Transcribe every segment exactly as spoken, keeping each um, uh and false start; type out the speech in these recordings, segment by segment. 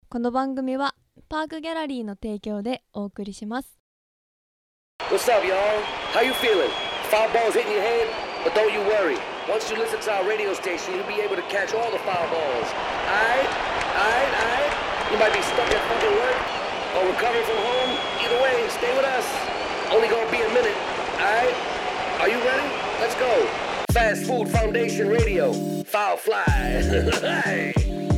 この番組はパークギャラリーの提供でお送りします。 What's up, y'all? How you feeling? Foul balls hitting your head? But don't you worry. Once you listen to our radio station, you'll be able to catch all the foul balls. Alright? Alright? Alright? You might be stuck at fucking work or recovering from home. Either way, stay with us. Only gonna be a minute. Alright? Are you ready? Let's go. Fast Food Foundation Radio. Foul Fly.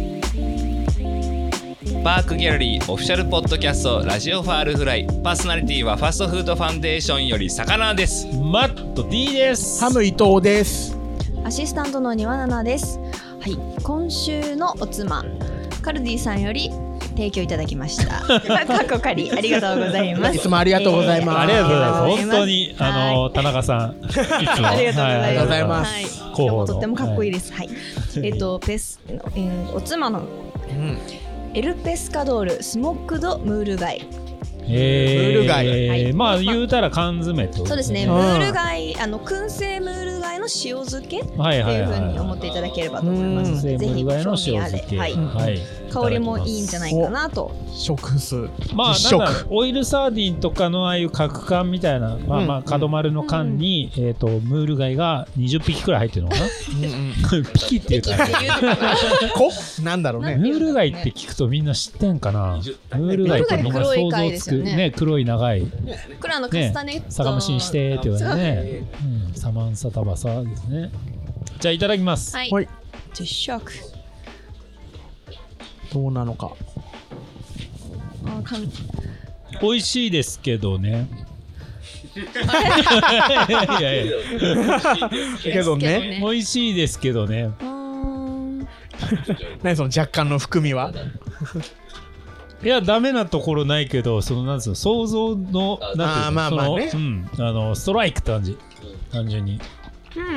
パークギャラリーオフィシャルポッドキャストラジオファールフライ、パーソナリティはファストフードファンデーションより魚です。 マット D です。 ハム伊藤です。 アシスタントの庭菜々です。はい、今週のおつまカルディさんより提供いただきました過去借りありがとうございます。 いつもありがとうございます、えー、 ありがとうございます。本当にあの田中さんいつもありがとうございます、はい、 今日もとってもかっこいいです、はいはい、えっ、ー、とペス、えー、おつまの、うんエルペスカドールスモックドムール貝、 えー、 ムール貝、 はい、まあ言うたら缶詰ってことですね。 そうですね、ムール貝、あの燻製ムール貝の塩漬けっていう風に思っていただければと思いますので、ぜひ興味あれ、はいはい、香りもいいんじゃないかなと。 食数まあなんかオイルサーディンとかのああいう角缶みたいな、まあまあ角丸の缶に、うん、えっ、ー、とムール貝がにじゅっぴきくらい入ってるのかなピキっていうかこなんだろうね。 ムール貝って聞くとみんな知ってんかな。ムール貝ってみんな想像つくね、黒い長い黒のカスタネット、ね、 酒蒸しにしてって言われてね、うん、サマンサタバサですね。じゃあいただきます。 はい、 はい、 実食どうなのか。 あかん美味しいですけどねいやいやいやけどね美味しいですけどね。 何その若干の含みは。 いやダメなところないけど、そのなんつうの想像のなんていうの、 あまあまあね、 うん、あのストライクって感じ、単純に、 うん、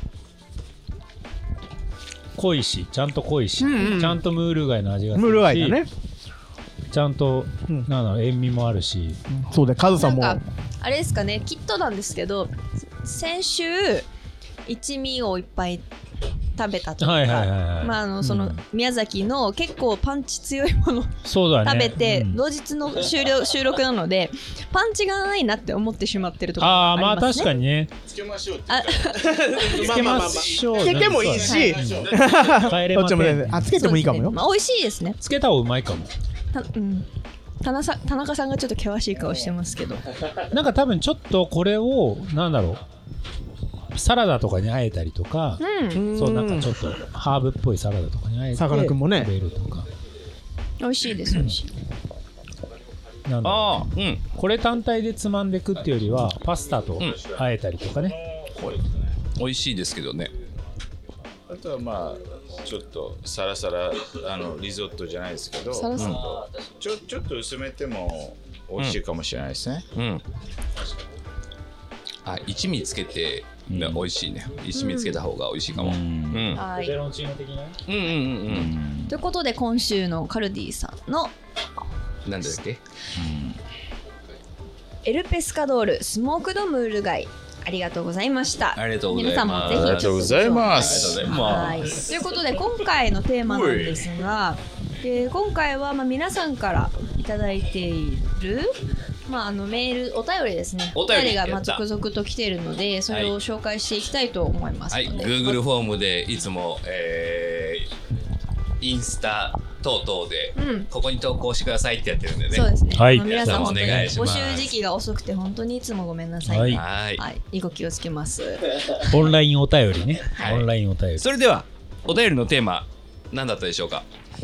濃いし、ちゃんと濃いし、 うんうん、 ちゃんとムール貝の味がするし、 ムール貝だね、 ちゃんと、うん、なんだろう、塩味もあるし、 うん、そうだ、カズさんもなんかあれですかね、キットなんですけど、先週一味をいっぱい食べたとか、 はいはいはいはい、 まああのその宮崎の結構パンチ強いものを、 そうだね、 食べて、 うん、 同日の終了収録なのでパンチがないなって思ってしまってるところがありますね。 あーまあ確かにね、 つけましょうってつけましょう、 つけてもいいし、 帰れません。 あ、つけてもいいかもよ、 ね、まあ、美味しいですね。 つけた方がうまいかも。 た、うん、田中さん、田中さんがちょっと険しい顔してますけど、 なんか多分ちょっとこれをなんだろう、サラダとかにあえたりとか、 うん、 そうなんかちょっとハーブっぽいサラダとかにあえてさかなクンもね食べるとか、 美味しいです、美味しい。 なんだあー、うん、 これ単体でつまんでくっていうよりはパスタとあえたりとかね、 美味しいですけどね。 あとはまあちょっとサラサラ、あのリゾットじゃないですけど、 サラサラ、うん、 ちょちょっと薄めても美味しいかもしれないですね、 うんうん、あ、一味つけて、うん、美味しいね。一味つけた方が美味しいかも、うんうん、 はい、 ペペロンチーノ的な、 うんうんうんうん、 ということで今週のカルディさんのなんだっけ、うん、 エルペスカドールスモークドムール貝、ありがとうございました。 ありがとうございます。 皆さんもぜひ、 ありがとうございます。 はい、ということで今回のテーマなんですが、で今回はまあ皆さんからいただいている、まあ、あのメール、お便りですね、 お便りがまあ続々と来ているので、それを紹介していきたいと思いますので、 はいはい、Google フォームでいつも、えー、インスタ等々で、うん、ここに投稿してくださいってやってるんでね。 そうですね、 はい、 皆さん本当に募お願いします。 集時期が遅くて本当にいつもごめんなさい、 はいはいはい、ご気をつけます。 オンラインお便りね、 はい、 オンラインお便り。 それではお便りのテーマ何だったでしょうか。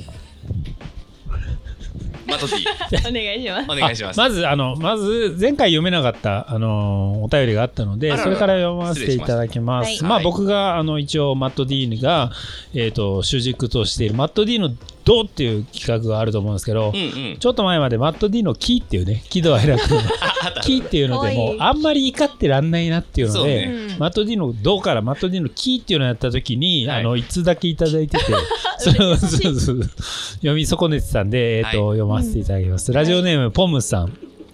マトティお願いします。 お願いします。 まずあのまず前回読めなかったあのお便りがあったので、それから読ませていただきます。まあ、僕があの一応マット D がえっと主軸としているマット D のどうっていう企画があると思うんですけど、 うんうん、 ちょっと前までマット D のキーっていうね、喜怒哀楽のキーっていうのでもうあんまり怒ってらんないなっていうので、 ね、 マット D のどうからマット D のキーっていうのをやった時に、はい、あのいつだけいただいててそれをそうそう読み損ねてたんで、えーとはい、読ませていただきます。ラジオネームポムさん、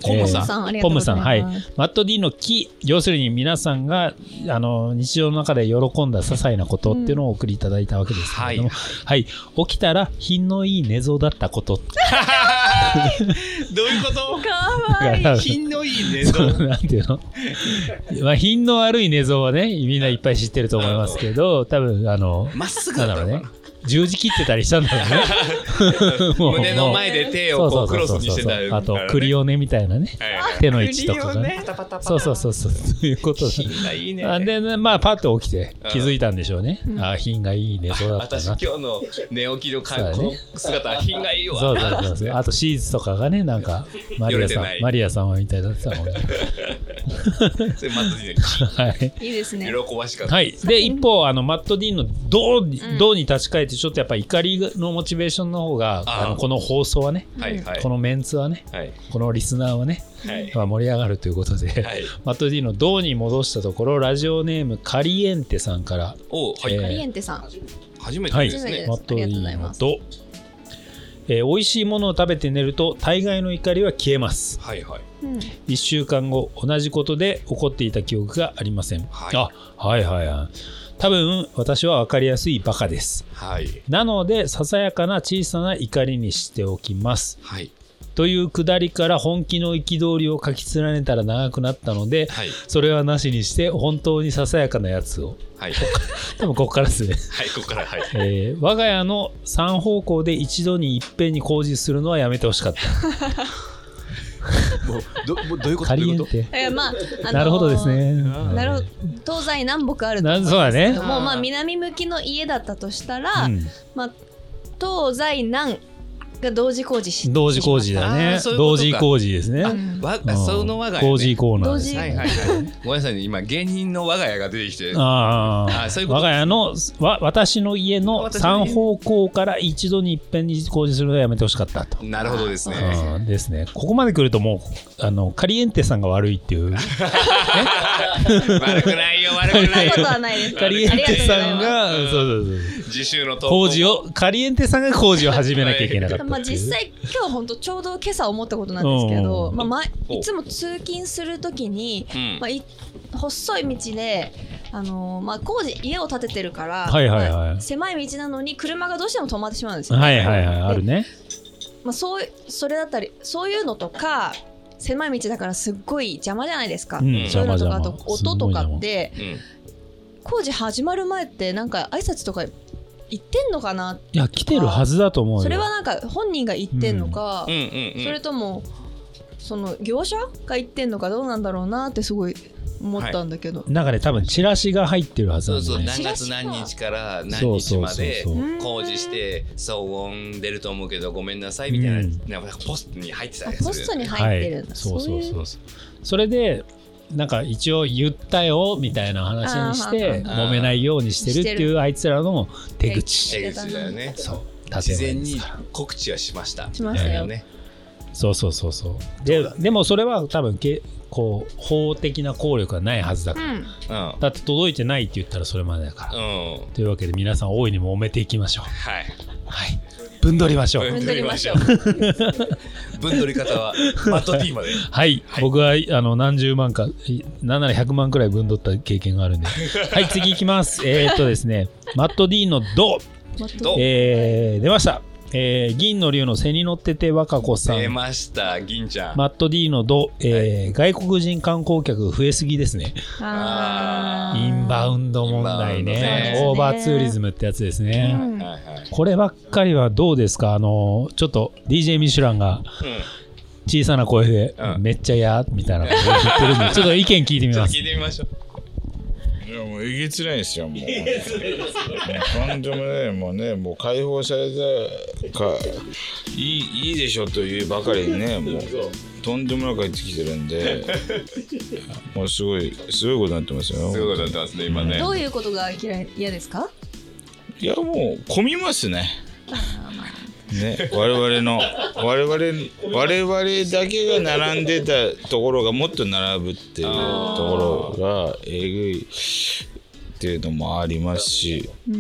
ポムさん、 さんありがポムとうございます。 さん、はい。マット D の木、要するに皆さんがあの日常の中で喜んだ些細なことっていうのをお送りいただいたわけですけれども、 うんはい、起きたら品のいい寝相だったこと。 どういうこと？ かわいい。 だから品のいい寝そ相。 うなんていうのまあ品の悪い寝相はねみんないっぱい知ってると思いますけど、多分あのまっすぐだったのかな。 十字切ってたりしたんだろうね。もう胸の前で手をこうクロスにしてたり、 あとクリオネみたいなね、手の位置とかがね。 パタパタパタ。 そうそうそうそうそういうことだ。 品がいいね。 あでねまあパッと起きて気づいたんでしょうね。あ品がいい寝相だったな。 私今日の寝起きのかそうだねこの姿は品がいいわ。 そうそうそうそう。あとシーツとかがねなんかマリアさんマリア様みたいだったもんね。 それマット D のはい。 いいですね。 喜ばしかった。 はい。で一方あのマット D の銅に銅に立ち返ってちょっとやっぱ怒りのモチベーションの方がああのこの放送はね、 はいはい。 このメンツはね、 はいこのリスナーはね、 はいまあ盛り上がるということで、 はい。 マット D の銅に戻したところラジオネームカリエンテさんから、 おはい、 えーカリエンテさん。 初めてはいですね。 マット D ありがとうございますの銅、えー、美味しいものを食べて寝ると大概の怒りは消えます。 はいはい。 うん。 いっしゅうかんご同じことで怒っていた記憶がありません。 はいあはいはいはい。多分私は分かりやすいバカです。 はいなのでささやかな小さな怒りにしておきます。 はいというくだりから本気の憤りを書き連ねたら長くなったので、 はいそれはなしにして本当にささやかなやつをはい多分ここからですね、 はいここからはい。 えー我が家のさん方向で一度にいっぺんに工事するのはやめてほしかった。 もうどもうどういうこと？ カリエンどういうこテえまあ、あのーなるほどですね。 なるほど。東西南北あると思うんですなそうだねけども、まあ南向きの家だったとしたら、 うんまあ東西南が同時工事し同時工事だあねーそういうことか同時工事ですね。 と？わうんその我が家ね。 工事コーナー同時です。 はいはいはい。ごめんなさいね今芸人の我が家が出てきて。 あああそういうこと我が家のわ私の家の私の家さん方向から一度にいっぺんに工事するのはやめてほしかったと。 なるほどですね。 うんですね。ここまで来るともうあのカリエンテさんが悪いっていう悪くないよ悪くそんなよ。 ないことはないです。 カリエンテさんがありがそうとうそうそう自習の投稿工事をカリエンテさんが工事を始めなきゃいけなかったっていう。 まあ実際今日本当ちょうど今朝思ったことなんですけど、 うんまあ前おいつも通勤するときに、 うんまあい細い道で。あのーまあ、工事家を建ててるから、 はいはいはいまあ狭い道なのに車がどうしても止まってしまうんですよ、 はいはいはいあるね。 まあ、そうそれだったりそういうのとか狭い道だからすっごい邪魔じゃないですか、 うんそういうのとかあ邪魔邪魔と音とかってうん工事始まる前ってなんか挨拶とか言ってんのかな。 いや来てるはずだと思うよ。 それはなんか本人が言ってんのか、 うんうんうん。 それともその業者が言ってんのかどうなんだろうなってすごい思ったんだけど、 なんかね多分チラシが入ってるはずそうそうなんだね。 何月何日から何そうそう日までそうそう。 工事して騒音出ると思うけどごめんなさいみたいな、 うんなんかポストに入ってたありするポストに入ってるんだ、 そうそういそうそう。それでなんか一応言ったよみたいな話にしてあー揉めないようにしてるっていうあいつらの手口。 手口だよね。 そう。 自然に建前ですから告知はしました。 しましたよね。 そうそうそうそう。ででもそれは多分けこう法的な効力がないはずだから。 うんうん。 だって届いてないって言ったらそれまでだから。 うん。 というわけで皆さん大いに揉めていきましょう。 はい。 はい。ぶんどりましょう。 分取りましょう。 分取り方はマット T まで。 はい、僕はあの何十万か、なんならひゃくまんくらい分取った経験があるんで。はい、次いきます。えーっとですね、マット D のド、 どうえー、出ました。えー、銀の竜の背に乗ってて若子さ出ん。 ました銀ちゃん。 マット D のド、えー外国人観光客増えすぎですね。 あインバウンド問題インバウンドねね。 オーバーツーリズムってやつですね。 うんはいはい。 こればっかりはどうですか。あのちょっと ディージェー ミシュランが小さな声で、 うんめっちゃ嫌みたいなこと言ってるんで、ちょっと意見聞いてみちょっとます。 聞いてみましょう。 いやもうえげつないですよもう。もうとんでもないもうねもう解放されたかいいいいでしょというばかりにねもうとんでもなく入ってきてるんで、もうすごいすごいことになってますよ。 すごいことになってますね今ね。 どういうことが嫌い嫌ですか？ いやもう混みますね。ね、我々の我々我々だけが並んでたところがもっと並ぶっていうところがえぐいっていうのもありますし、うんうん、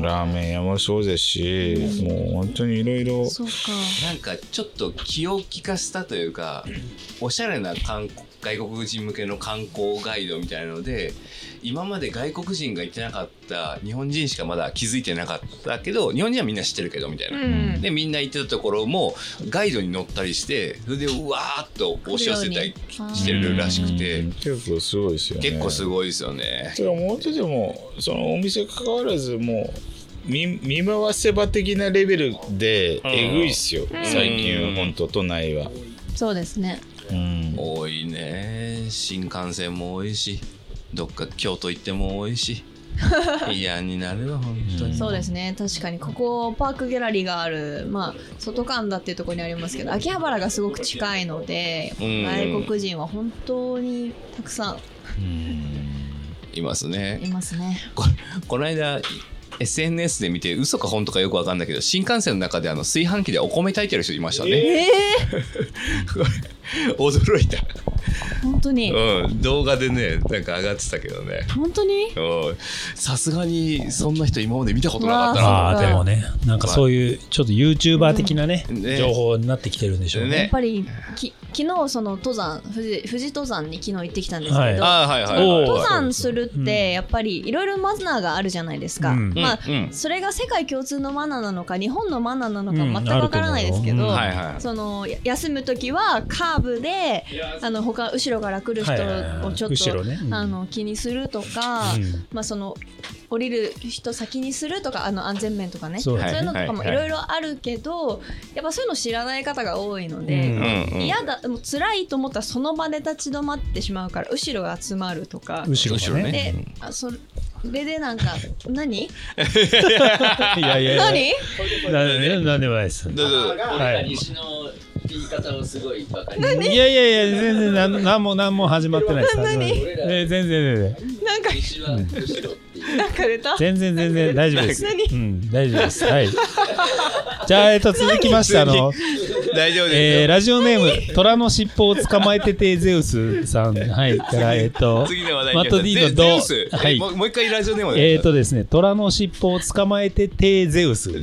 ラーメン屋もそうですし、うん、もう本当にいろいろなんかちょっと気を利かせたというかおしゃれな観光外国人向けの観光ガイドみたいなので今まで外国人が行ってなかった日本人しかまだ気づいてなかったけど日本人はみんな知ってるけどみたいな、うん、でみんな行ってたところもガイドに乗ったりしてそれでうわーっと押し寄せたりしてるらしくて結構すごいですよね。 結構すごいですよね。 それはもうちょっとでもそのお店関わらずもう 見, 見回せば的なレベルでえぐいっすよ、うん、最近は本当都内は。 そうですね、 うん、多いね。新幹線も多いしどっか京都行っても多いし嫌になるわ本当に。 そうですね、確かにここパークギャラリーがある、まあ、外神田っていうところにありますけど秋葉原がすごく近いので、うん、外国人は本当にたくさん、うん、 いますね。 いますね。 こ, この間エスエヌエス で見て嘘か本当かよく分かんないけど新幹線の中であの炊飯器でお米炊いてる人いましたね。えー、驚いた。 本当に、 うん、動画でねなんか上がってたけどね。 本当にさすがにそんな人今まで見たことなかったな。 ああでもねなんかそういうちょっと YouTuber 的なね、うん、情報になってきてるんでしょうね。 やっぱりき昨日その登山富士、富士登山に昨日行ってきたんですけど、はいはいはいはい、 登山するってやっぱりいろいろマナーがあるじゃないですか、うんまあうん、それが世界共通のマナーなのか日本のマナーなのか全くわからないですけど、うんはいはい、その休むときはカーブであの他後ろから来る人をちょっと、はいはいはいねうん、あの気にするとか、うんまあ、その降りる人先にするとかあの安全面とかねそう、そういうのとかもいろいろあるけどやっぱそういうの知らない方が多いので、うん、嫌だもう辛いと思ったらその場で立ち止まってしまうから後ろが集まるとか後ろがねであそれでなんか何いやいやいや何何何でもないです。 俺が西の言い方をすごいバカにいやいやいや全然何何も何も始まってないです。 何えー、全然全然なんか西は後ろっていうなんか出た全然全然大丈夫です。 何うん大丈夫ですはいじゃあえっと続きましてあの大丈夫です、 えー、ラジオネーム虎の尻尾を捕まえててゼウスさんはいからえっと次の話題マット D のドゼウス、はい、もう一回ラジオネームえっとですね虎の尻尾を捕まえててゼウス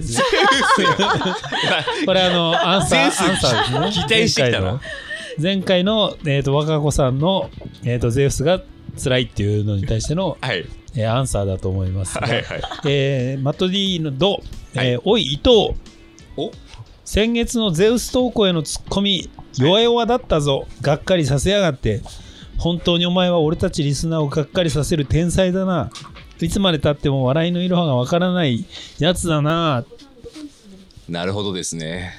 これあのアンサーアンサーですね。 期待してきたの前回の、えー、と若子さんの、えー、とゼウスが辛いっていうのに対しての、 はいえー、アンサーだと思いますが、 はいはいえー、マット D のド、えーはい、おい伊藤お先月のゼウス投稿へのツッコミ弱々だったぞがっかりさせやがって本当にお前は俺たちリスナーをがっかりさせる天才だないつまでたっても笑いのいろはがわからないやつだな。 なるほどですね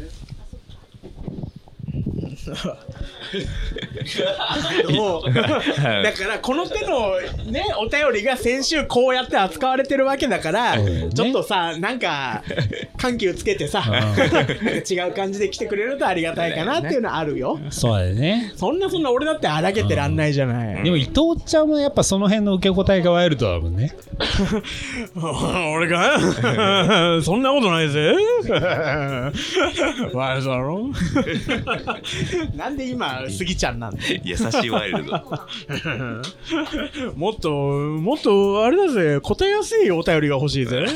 もうだからこの手のねお便りが先週こうやって扱われてるわけだから、ね、ちょっとさなんか緩急つけてさなんか違う感じで来てくれるとありがたいかなっていうのはあるよ。 そうだよね。 そんなそんな俺だって荒げてらんないじゃない、うん、 でも伊藤ちゃんはやっぱその辺の受け答えがワイルドだもんね俺かそんなことないぜワイルドだろなんで今スギちゃんなんだ優しいワイルドもっともっとあれだぜ答えやすいお便りが欲しいぜ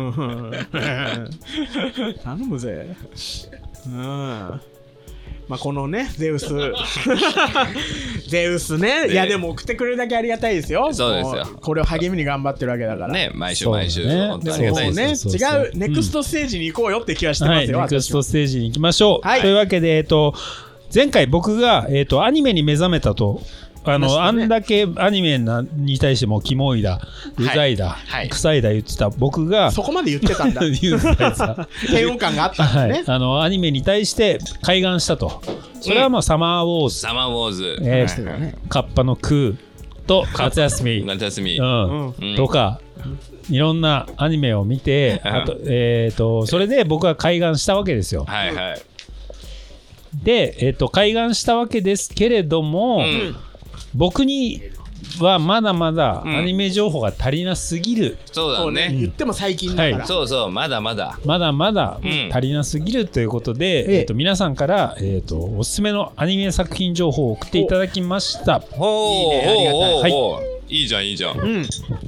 頼むぜうんまあ、このねゼウスゼウス ね, ねいやでも送ってくれるだけありがたいですよ。 そうですよ。 これを励みに頑張ってるわけだからね毎週毎週、 ね、本当にありがたいですね。違うネクストステージに行こうよって気がしてますよ、 うんはい、ネクストステージに行きましょう、はい、というわけで、えっと、前回僕が、えっと、アニメに目覚めたとあの、ね、あんだけアニメに対してもキモいだうざいだ、はいはい、臭いだ言ってた僕がそこまで言ってたんだ言ってた嫌悪感があったんですね、 はい、あのアニメに対して開眼したと。それはまあ、うん、サマーウォーズサマーウォーズ、 えーはい、カッパのクーと夏休み夏休み、 うんうん、とかいろんなアニメを見て、うん、あとえー、とそれで僕は開眼したわけですよ。 はいはい、 で、えー、と開眼したわけですけれども、うん僕にはまだまだアニメ情報が足りなすぎる、 うん、そうだね、 うん、言っても最近だから、はい、 そうそうまだまだまだまだ足りなすぎるということで、うんえー、と皆さんから、えー、とおすすめのアニメ作品情報を送っていただきました。 ほういいねありがたい、はい、いいじゃんいいじゃん、うん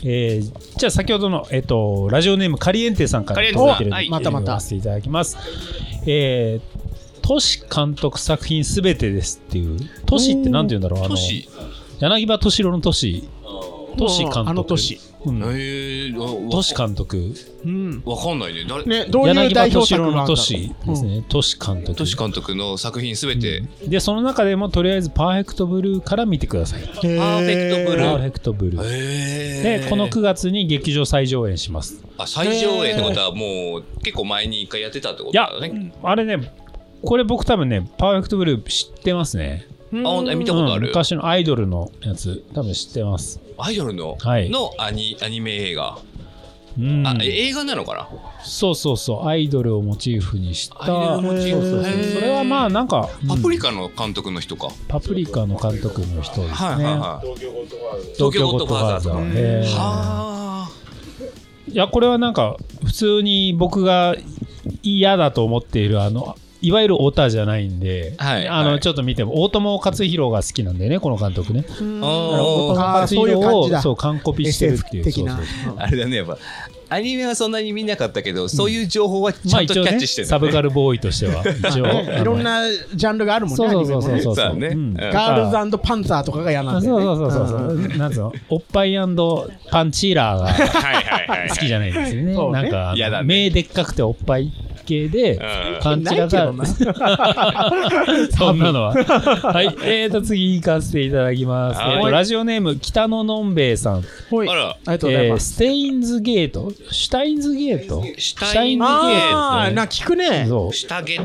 えー、じゃあ先ほどの、えー、とラジオネームカリエンテさんから届いてるので、 またまたさせていただきます。えー、トシ監督作品すべてですっていう、トシってなんて言うんだろう、あの柳葉敏郎のトシ、トシ監督、 あのトシ、 うん、へえ、 トシ監督、 うん、わかんないね。誰ね、どういう代表作なんだろう。 トシですね。トシ監督。 トシ監督の作品すべて、 うん。で、その中でもとりあえずパーフェクトブルーから見てください。 パーフェクトブルー。 パーフェクトブルー。 へで、このくがつに劇場再上演します。 あ、再上演ってことはもう結構前に一回やってたってことだね。 いや、あれね、これ僕多分ね、パーフェクトブルー知ってますね。 あ、見たことある、 うん、昔のアイドルのやつ多分知ってます。 アイドルの、 はい、 のアニ、アニメ映画、 うん、 あ、映画なのかな。 そうそうそう、アイドルをモチーフにした。 アイドルモチーフ。 そうそうそう、それはまあなんか、 うん、パプリカの監督の人か。 パプリカの監督の人ですね。はいはいはい、 東京ゴッドファーザー。 へー。はー。いや、これはなんか普通に僕が嫌だと思っているあのいわゆるオタじゃないんで、はい、あのちょっと見ても大友克洋が好きなんでね、この監督ね。大友克洋をそう完コピしてるっていう。そうそうそう、 あれだね、やっぱアニメはそんなに見なかったけど、そういう情報はちゃんとキャッチしてる、ね、 まあ一応ね、サブカルボーイとしては一応いろんなジャンルがあるもんね。 そうそうそうそうそう、 ね、うん、 ガールズ&パンツァーとかが嫌なんで、ね、 そうそうそうそう、うん、なんつうの、おっぱい&パンチーラーが好きじゃないですよね。ね、なんか、ね、目でっかくておっぱい系で、うん、パンチラがそんなのははい、えーと次行かせていただきます。えーとラジオネーム北野のんべえさん。 はい、あら、ありがとうございます。 ステインズゲート、シュタインズゲート、 シュタインズゲート、 あー、な、聞くね。 そう、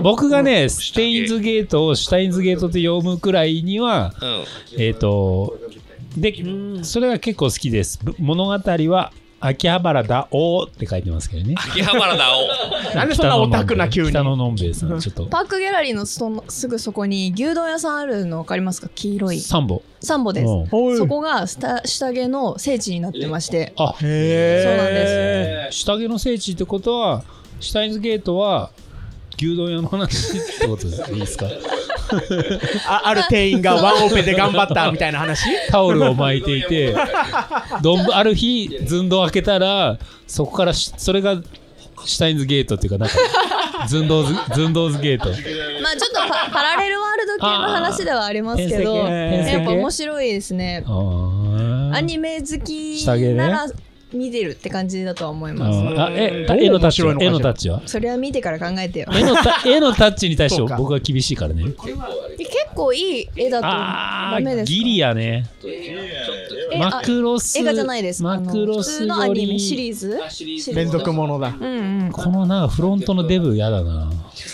僕がねステインズゲートをシュタインズゲートって読むくらいには、うん、えーとでそれが結構好きです。物語は秋葉原だおって書いてますけどね。 秋葉原だおなんでそんなオタクな急に。 北野のんべえさん、ちょっとパークギャラリーのそのすぐそこに牛丼屋さんあるの分かりますか？黄色いサンボサンボです。そこが下下着の聖地になってまして、 あ、へー、そうなんです。下着の聖地ってことはシュタインズゲートは牛丼屋の話ってことでいいですか？ あ, ある店員がワンオペで頑張ったみたいな話。 タオルを巻いていて、どんある日ずんどう開けたらそこからそれがシュタインズゲートっていうか、なんかずんどうずずんどうずゲート。 まあちょっと パ, パラレルワールド系の話ではありますけど、やっぱ面白いですね。アニメ好きなら見てるって感じだとは思います。 あ、え、絵のタッチは絵のタッチはそれは見てから考えてよ。 絵のタ絵のタッチに対して僕は厳しいからね。 結構いい絵だとダメですか？ ギリアね。マクロス映画じゃないです。 マクロス普通のアニメシリーズ連続ものだ。 うんうん。 このなんかフロントのデブやだな。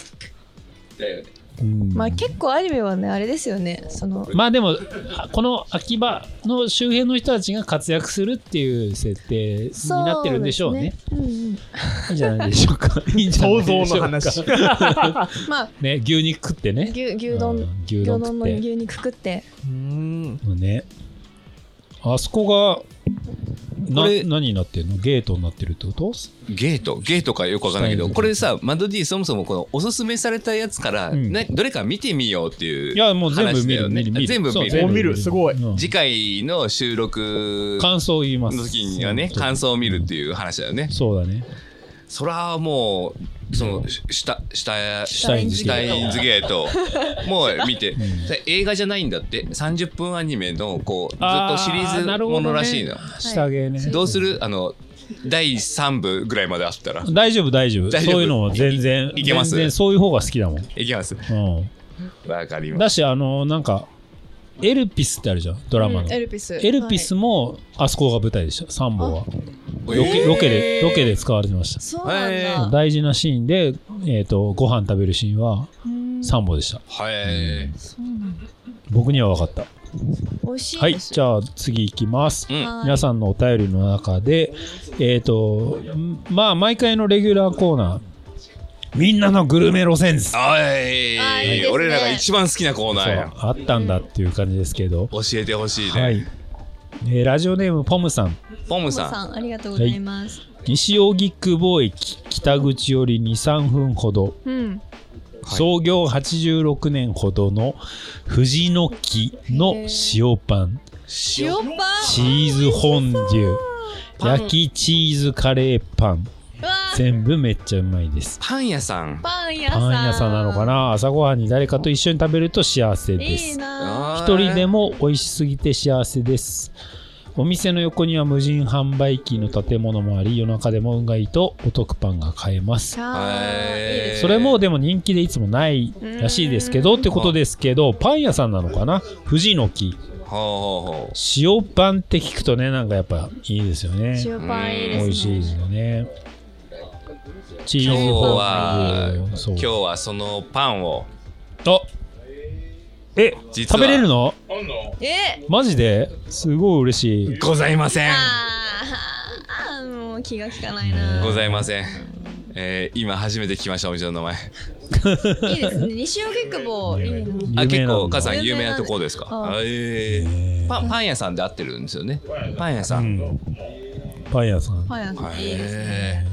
うん、まあ結構アニメはねあれですよね。そのまあでもこの秋葉の周辺の人たちが活躍するっていう設定になってるんでしょうね。 うんうん、いいんじゃないでしょうか。いいんじゃないでしょうか。 想像の話。 まあね、牛肉食ってね。 牛牛丼、うん、牛丼の牛肉食って。 うん。ね。あそこがな何になってるの？ゲートになってるってこと？ ゲートゲートかよくわかんないけど、これさ、マッド D そもそもこのおすすめされたやつから、うん、ね、どれか見てみようっていう話だよね。いやもう全部見る、見る全部見る見るすごい、 うん、次回の収録感想を言いますの時にはね、感想を見るっていう話だよね。 そうだね。 そらもうその下下シュタインズゲートもう見て、うん、映画じゃないんだって。さんじゅっぷんアニメのこうずっとシリーズものらしいの。 下着ね。 どうする？あのだいさんぶぐらいまであったら大丈夫大丈夫。そういうのも全然いけます。 全然そういう方が好きだもん。 いけます。 うん。 わかります。 だしあのなんかエルピスってあるじゃん、ドラマの、うん、 エルピスエルピスもあそこが舞台でした。さんぼんはロケ、ロケでロケで使われてました。 そうなんだ。 大事なシーンで、えーと、ご飯食べるシーンはさんぼんでした。 はい、 そうなんだ。 僕には分かった。 美味しいです。 はい、じゃあ次いきます、 うん、 皆さんのお便りの中でえっ、ー、とまあ毎回のレギュラーコーナー、みんなのグルメ路線図。 おい、いいね、俺らが一番好きなコーナーや。 あったんだっていう感じですけど、 教えてほしいね。 はい、えー、ラジオネームポムさん。 ポムさん、 さんありがとうございます。はい、 西荻窪駅北口より にさんぷんほど、 うん、 創業はちじゅうろくねんほどの藤の木の塩パン、 塩パンチーズフォンデュ、 焼きチーズカレーパン全部めっちゃうまいです。 パン屋さんパン屋さんパン屋さんなのかな。朝ごはんに誰かと一緒に食べると幸せです。 いいな。 一人でも美味しすぎて幸せです。お店の横には無人販売機の建物もあり、夜中でも運がいいとお得パンが買えます。それもでも人気でいつもないらしいですけどってことですけど、パン屋さんなのかな。藤の木塩パンって聞くとね、なんかやっぱいいですよね。 塩パンいいですね。 美味しいですよね。チーズ今日は今日はそのパンをあえ食べれるの？ えマジですごい嬉しい。 ございません。 ああもう気が利かないな。 ございません。えー、今初めて聞きましたお店の名前。 いいですね。西荻窪いいな。 あ結構母さん有名なところですか。 あえー、パンパン屋さんで合ってるんですよね。パン屋さん。うん、 パン屋さん。 パン屋さんいいですね。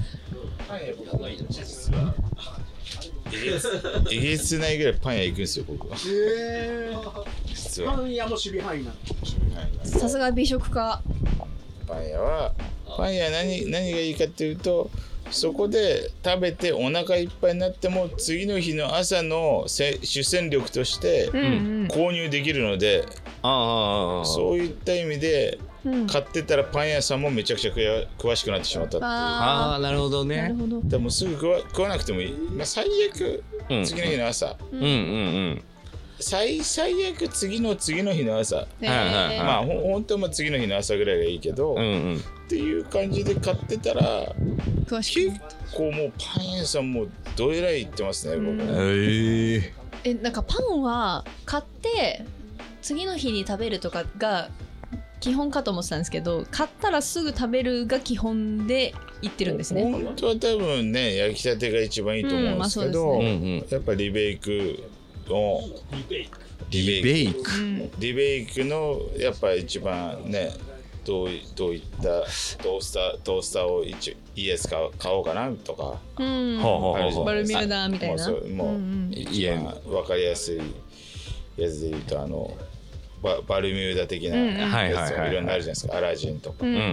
えげつないぐらいパン屋行くんですよ僕は。 へ実はパン屋も守備範囲なの。 さすが美食家。 パン屋はパン屋何何がいいかっていうと、そこで食べてお腹いっぱいになっても次の日の朝の主戦力として購入できるので、 ああそういった意味で買ってたらパン屋さんもめちゃくちゃ詳しくなってしまったっていう。 ああなるほどね。 でもすぐ食わ、食わなくてもいい、まあ、最悪次の日の朝、 うんうんうん最最悪次の次の日の朝、まあほ本当は次の日の朝ぐらいがいいけど、うんうん、っていう感じで買ってたら結構もうパン屋さんもどえらい行ってますね僕。 へーえなんかパンは買って次の日に食べるとかが基本かと思ってたんですけど、買ったらすぐ食べるが基本で言ってるんですね。 本当は多分ね焼きたてが一番いいと思うんですけど、うんまあね、やっぱリベイクのリベイクリベイク、 うん、リベイクのやっぱ一番ねどうどういったトースタートースターを一いいやつ買おうかなとか、 うん、バルミューダみたいな、 もうもう、うん、一番分かりやすいやつで言うとあのバ, バルミューダ的なやつがいろんなあるじゃないですか、アラジンとか、うんうんうん、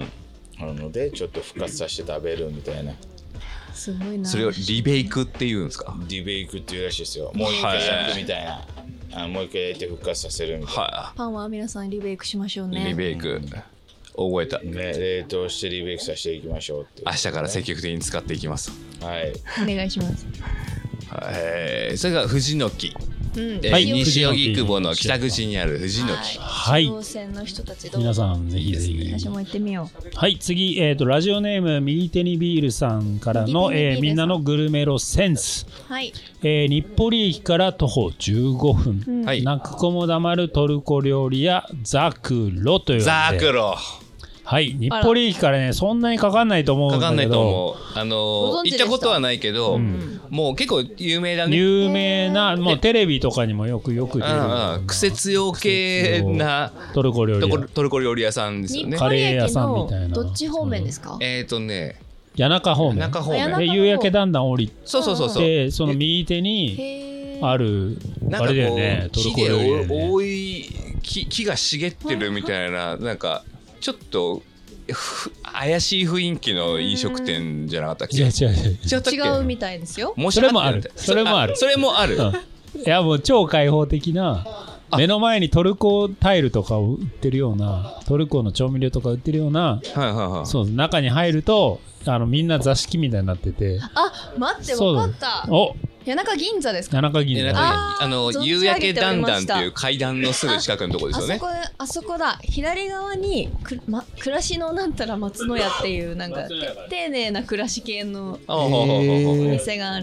なのでちょっと復活させて食べるみたいな。 すごいな。 それをリベイクっていうんですか。 リベイクっていうらしいですよ。もう一回焼くみたいな、あもう一回焼いて復活させるみたいな、 はい、パンは皆さんリベイクしましょうね。 リベイク、うん、覚えた、 ね、冷凍してリベイクさせていきましょうって、ね、 明日から積極的に使っていきます。 はいお願いします。 えー、それが藤の木、うんえーはい、 西荻窪の北口にある藤の木。 はい。 の人たちどう皆さんぜひぜひ。 私も行ってみよう。はい、次、えーと、ラジオネーム右手にビールさんからの、えー、みんなのグルメ路センス。 はい。 えー、日暮里駅から徒歩じゅうごふん。うん、泣く子も黙るトルコ料理屋ザクロという。 ザクロ。 はい、日暮里駅からねそんなにかかんないと思うんだけど。 かかんないと思う。あのー、行ったことはないけど、うん、もう結構有名だね。 有名な、もうテレビとかにもよくよく出る。 癖強系なトルコ料理屋。トルコ料理屋さんですよね。 カレー屋さんみたいな。 どっち方面ですか？ えっとね、 谷中方面。 谷中方面。 で夕焼けだんだん降りて、 そうそうそうそう。 でその右手にあるあれだよね。トルコ料理屋ね。 木で多い木木が茂ってるみたいな、なんかちょっと怪しい雰囲気の飲食店じゃなかったっけ？ 違う違う違う。 違うみたいですよ。 それもある。それもある。 それもある。 いやもう超開放的な、目の前にトルコタイルとかを売ってるような、トルコの調味料とか売ってるような、 はいはいはい、 そう中に入るとあのみんな座敷みたいになってて。 あ、待って分かった。 お。 谷中銀座ですか？ 谷中銀座。 ああの夕焼けだんだんっていう階段のすぐ近くのところですよね。 あそこあそこだ。左側にく、ま、暮らしのなんたら松の屋っていうなんか丁寧な暮らし系のお店があって。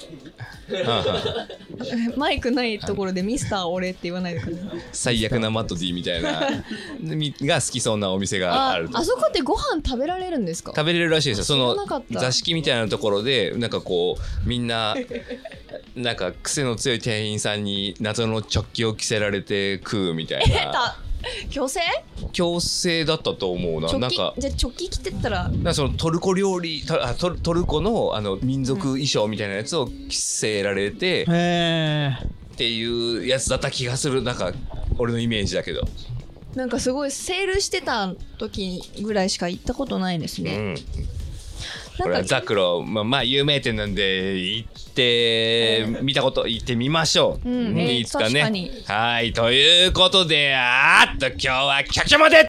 マイクないところでミスター俺って言わないでください。 最悪なマット D みたいなが好きそうなお店がある。 あ, あそこってご飯食べられるんですか？ 食べれるらしいですよ。その座敷みたいなところでなんかこうみんななんか癖の強い店員さんに謎のチョッキを着せられて食うみたいな。 強制？ 強制だったと思うな。なんかじゃあチョッキ着てったら、 なんかそのトルコ料理トル、トルコのあの民族衣装みたいなやつを着せられて、うん、っていうやつだった気がする。なんか俺のイメージだけど。 なんかすごいセールしてた時ぐらいしか行ったことないですね、うん、 これはザクロ、まあ、まあ有名店なんで行って見たこと行ってみましょう、うん、いいですかね。はいということであーっと今日は客様で